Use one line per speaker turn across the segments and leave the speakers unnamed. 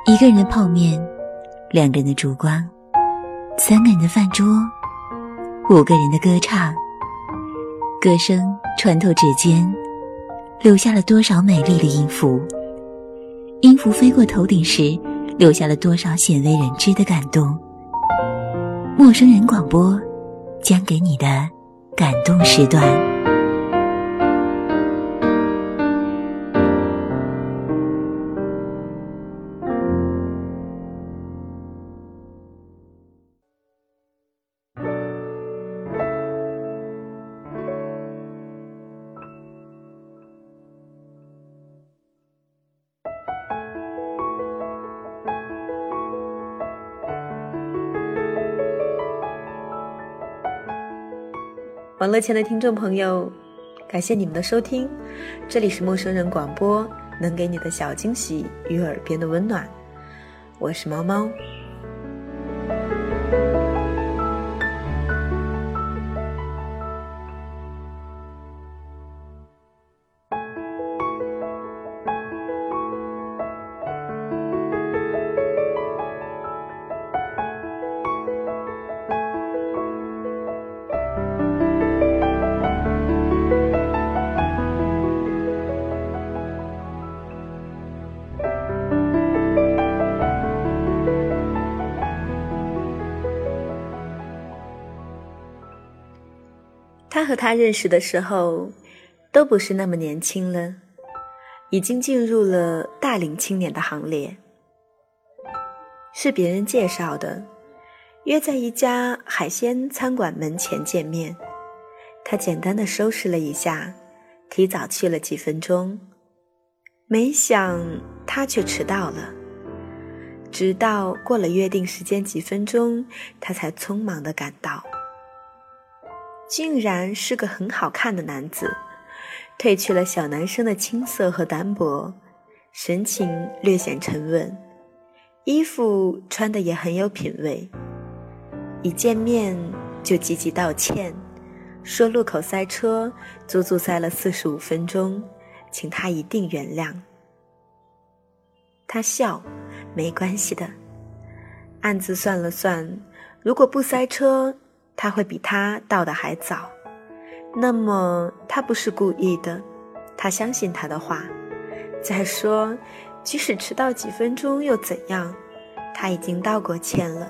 一个人的泡面，两个人的烛光，三个人的饭桌，五个人的歌唱，歌声穿透指尖，留下了多少美丽的音符，音符飞过头顶时，留下了多少鲜为人知的感动。陌生人广播将给你的感动时段。
网络前的听众朋友，感谢你们的收听，这里是陌生人广播，能给你的小惊喜与耳边的温暖，我是猫猫。他和他认识的时候都不是那么年轻了，已经进入了大龄青年的行列。是别人介绍的，约在一家海鲜餐馆门前见面。他简单的收拾了一下，提早去了几分钟，没想他却迟到了。直到过了约定时间几分钟，他才匆忙地赶到。竟然是个很好看的男子，褪去了小男生的青涩和单薄，神情略显沉稳，衣服穿得也很有品味。一见面就积极道歉，说路口塞车，足足塞了45分钟，请他一定原谅。他笑，没关系的，暗自算了算，如果不塞车，他会比他到的还早，那么他不是故意的，他相信他的话。再说，即使迟到几分钟又怎样，他已经道过歉了。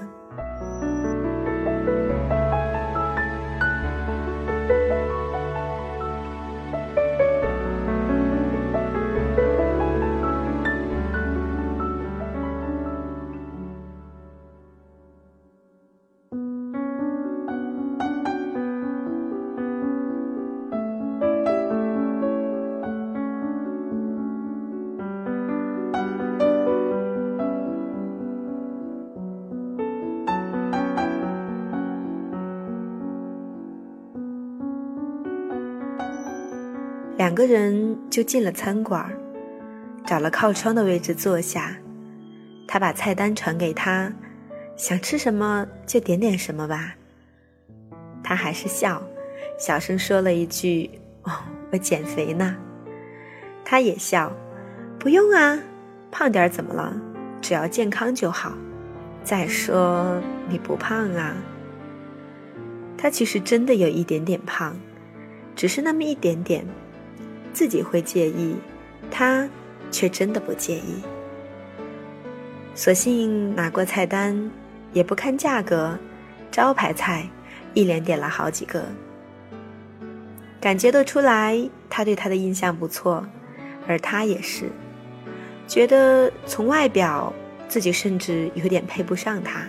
两个人就进了餐馆，找了靠窗的位置坐下。他把菜单传给他，想吃什么就点点什么吧。他还是笑，小声说了一句：“哦，我减肥呢。”他也笑：“不用啊，胖点怎么了？只要健康就好。再说你不胖啊。”他其实真的有一点点胖，只是那么一点点。自己会介意，他却真的不介意。索性拿过菜单，也不看价格，招牌菜一连点了好几个。感觉得出来，他对他的印象不错，而他也是，觉得从外表自己甚至有点配不上他。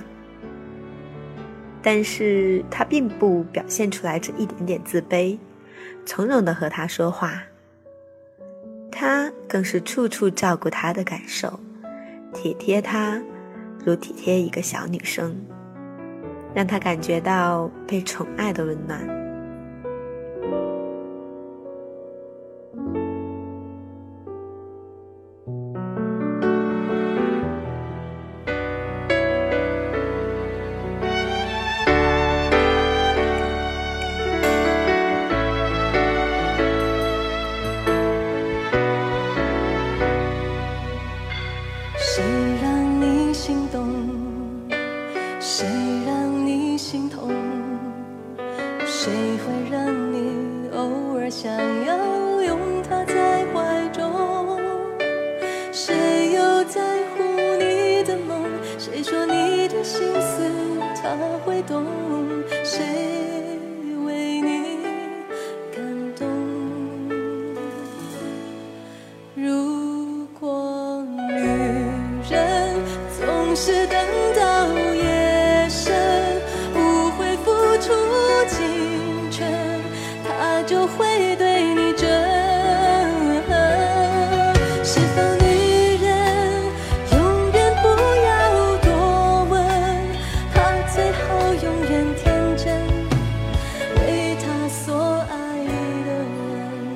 但是他并不表现出来这一点点自卑，从容地和他说话。他更是处处照顾他的感受，体贴他，如体贴一个小女生，让他感觉到被宠爱的温暖。
谁让你他会懂，谁为你感动？如果女人总是等到夜深，不会付出青春，他就会对你真。是否女人永远不要多问，她最好永远天真，为她所爱的人。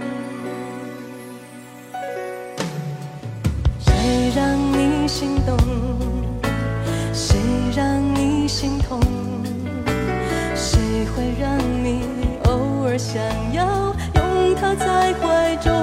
谁让你心动？谁让你心痛？谁会让你偶尔想要拥他在怀中？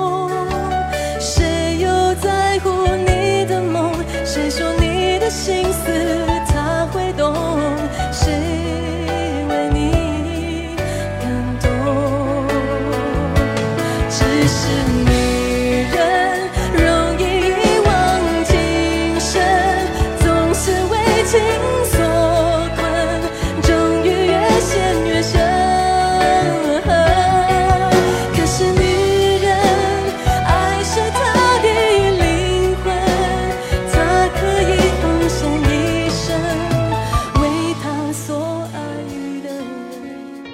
谁又在乎你的梦？谁说你的心思他会懂？谁为你感动？只是女人容易一往情深，总是为情所困，终于越陷越深。可是女人爱是她的灵魂，她可以奉献一生，为她所爱的人。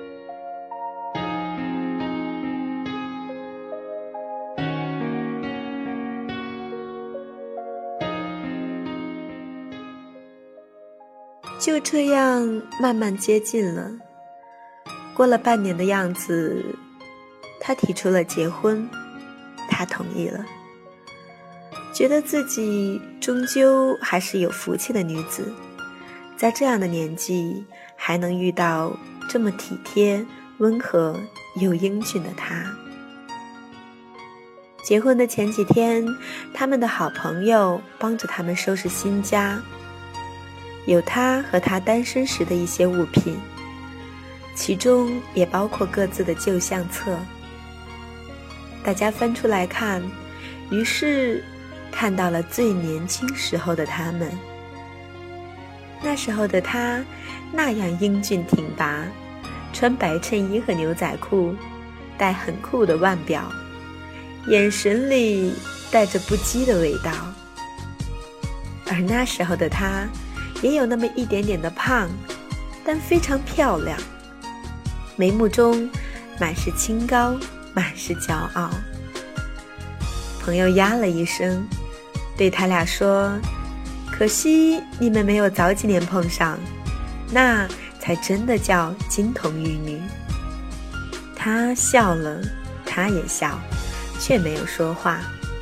就这样慢慢接近了。过了半年的样子，他提出了结婚，他同意了。觉得自己终究还是有福气的女子，在这样的年纪还能遇到这么体贴、温和又英俊的他。结婚的前几天，他们的好朋友帮着他们收拾新家，有他和他单身时的一些物品，其中也包括各自的旧相册。大家翻出来看，于是看到了最年轻时候的他们。那时候的他那样英俊挺拔，穿白衬衣和牛仔裤，戴很酷的腕表，眼神里带着不羁的味道。而那时候的他也有那么一点点的胖，但非常漂亮，眉目中满是清高，满是骄傲。朋友呀了一声，对他俩说，可惜你们没有早几年碰上，那才真的叫金童玉女。他笑了，他也笑，却没有说话。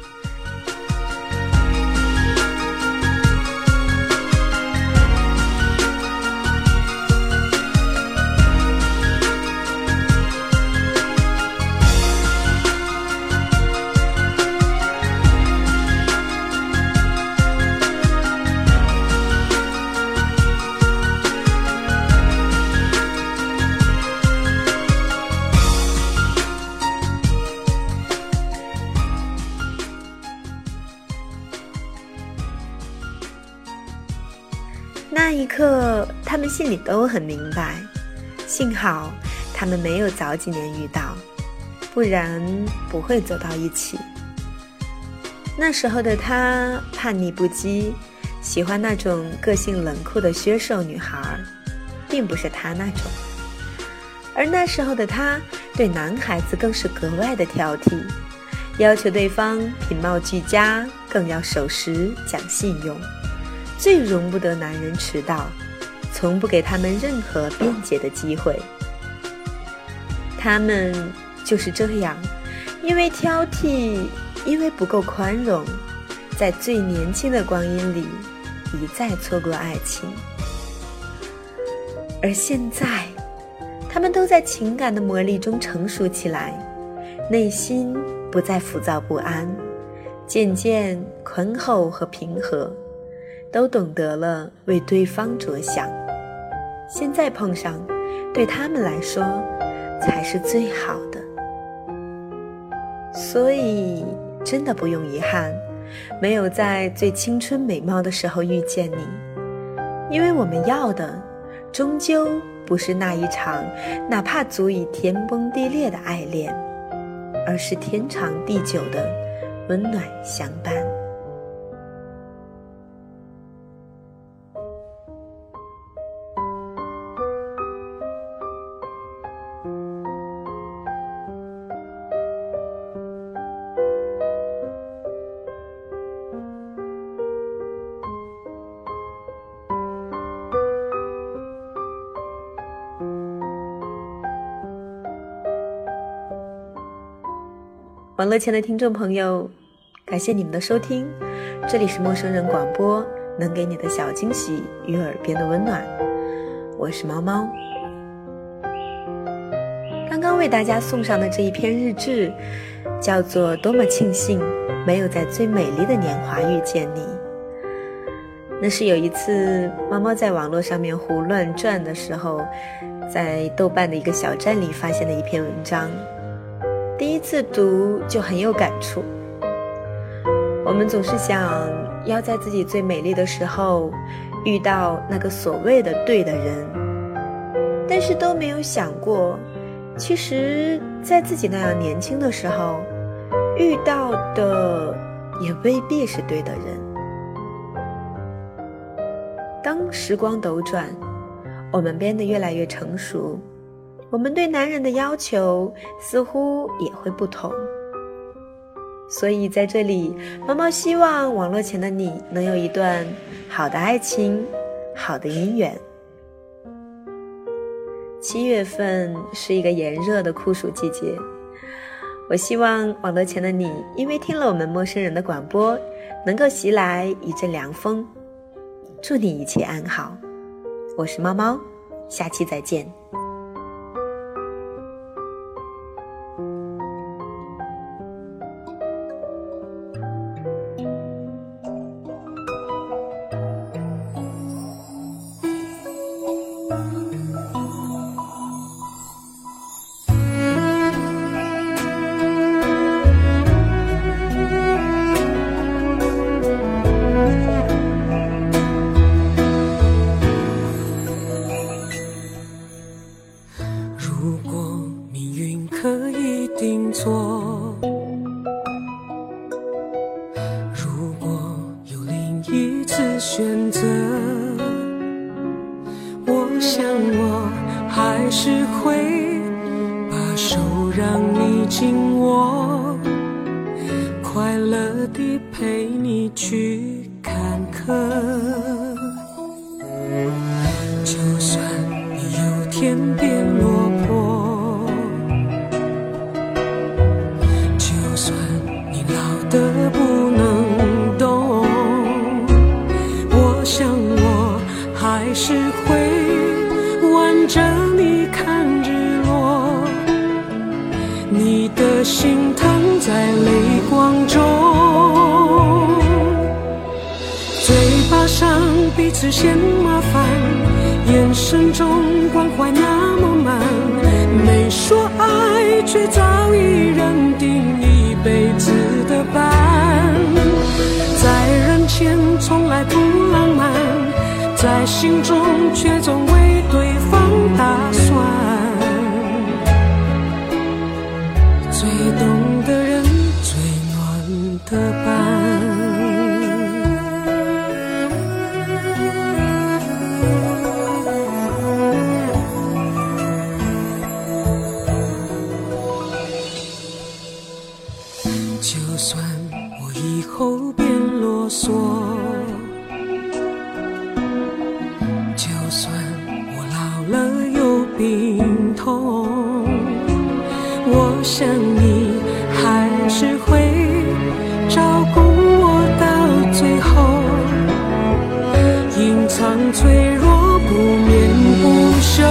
那一刻，他们心里都很明白，幸好他们没有早几年遇到，不然不会走到一起。那时候的他叛逆不羁，喜欢那种个性冷酷的削瘦女孩，并不是他那种。而那时候的他对男孩子更是格外的挑剔，要求对方品貌俱佳，更要守时讲信用，最容不得男人迟到，从不给他们任何辩解的机会。他们就是这样，因为挑剔，因为不够宽容，在最年轻的光阴里一再错过爱情。而现在，他们都在情感的磨砺中成熟起来，内心不再浮躁不安，渐渐宽厚和平和，都懂得了为对方着想。现在碰上，对他们来说才是最好的。所以真的不用遗憾，没有在最青春美貌的时候遇见你， 因为我们要的终究不是那一场哪怕足以天崩地裂的爱恋，而是天长地久的温暖相伴。网络前的听众朋友，感谢你们的收听，这里是陌生人广播，能给你的小惊喜与耳边的温暖，我是猫猫。刚刚为大家送上的这一篇日志叫做多么庆幸没有在最美丽的年华遇见你。那是有一次猫猫在网络上面胡乱转的时候，在豆瓣的一个小站里发现的一篇文章，第一次读就很有感触。我们总是想要在自己最美丽的时候遇到那个所谓的对的人，但是都没有想过，其实在自己那样年轻的时候遇到的也未必是对的人。当时光斗转，我们变得越来越成熟，我们对男人的要求似乎也会不同。所以在这里，猫猫希望网络前的你能有一段好的爱情，好的姻缘。7月份是一个炎热的酷暑季节，我希望网络前的你因为听了我们陌生人的广播，能够袭来一阵凉风。祝你一切安好，我是猫猫，下期再见。
如果有另一次选择，我想我还是会把手让你紧握，快乐地陪你去看客。就算你有天变落魄，就算你老得不能动，我想我还是会挽着你看日落，你的心疼在泪光中，嘴巴上彼此嫌麻烦，眼神中关怀那么满，没说爱却早已认定一辈子的伴，在人前从来不浪漫，在心中却总为对方打算，最懂的人最暖的伴。就算我以后变啰嗦，就算我老了有病痛，我想你还是会照顾我到最后，隐藏脆弱不眠不休，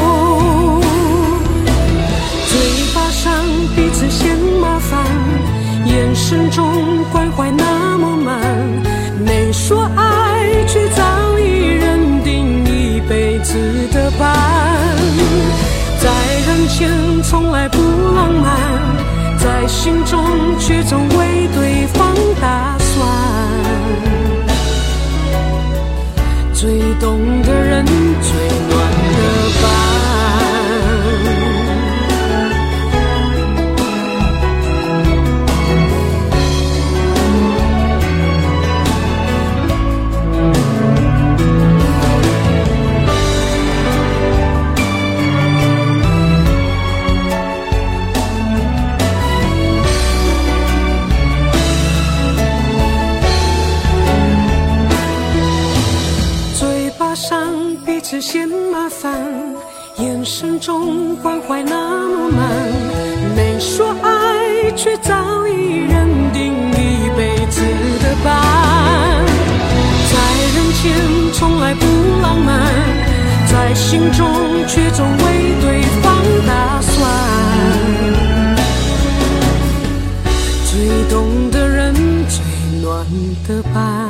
嘴巴上彼此嫌麻烦，眼神中关怀那么满，没说爱却早已认定一辈子的伴，在人前从来不浪漫，在心中却总为对方打算，最懂子嫌麻烦，眼神中关怀那么满，没说爱，却早已认定一辈子的伴。在人前从来不浪漫，在心中却总为对方打算。最懂的人，最暖的伴。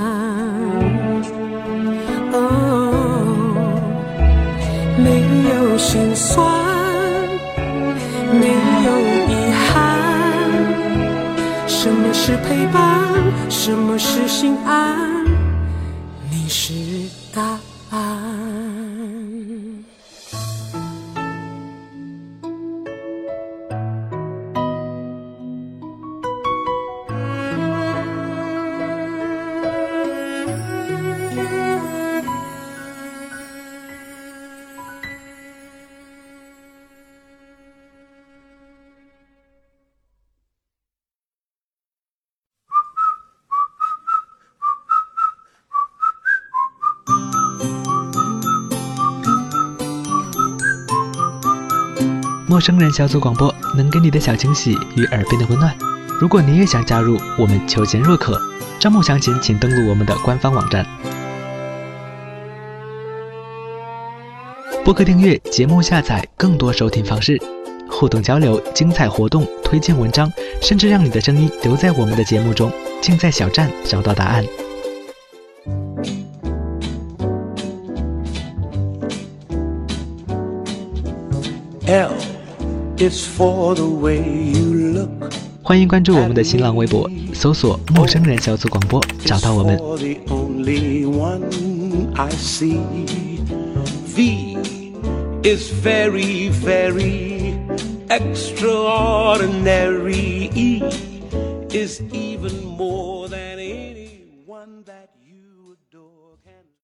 没有心酸，没有遗憾。什么是陪伴？什么是心安？你是答案。
陌生人小组广播能给你的小惊喜与耳边的温暖。如果你也想加入，我们求贤若渴。招募详情请登录我们的官方网站。播客订阅、节目下载、更多收听方式、互动交流、精彩活动、推荐文章，甚至让你的声音留在我们的节目中，尽在小站找到答案。
L is for the way you look.
欢迎关注我们的新浪微博，搜索陌生人小组广播，找到我们。
The only one I see. V is very, very extraordinary. E is even more than anyone that you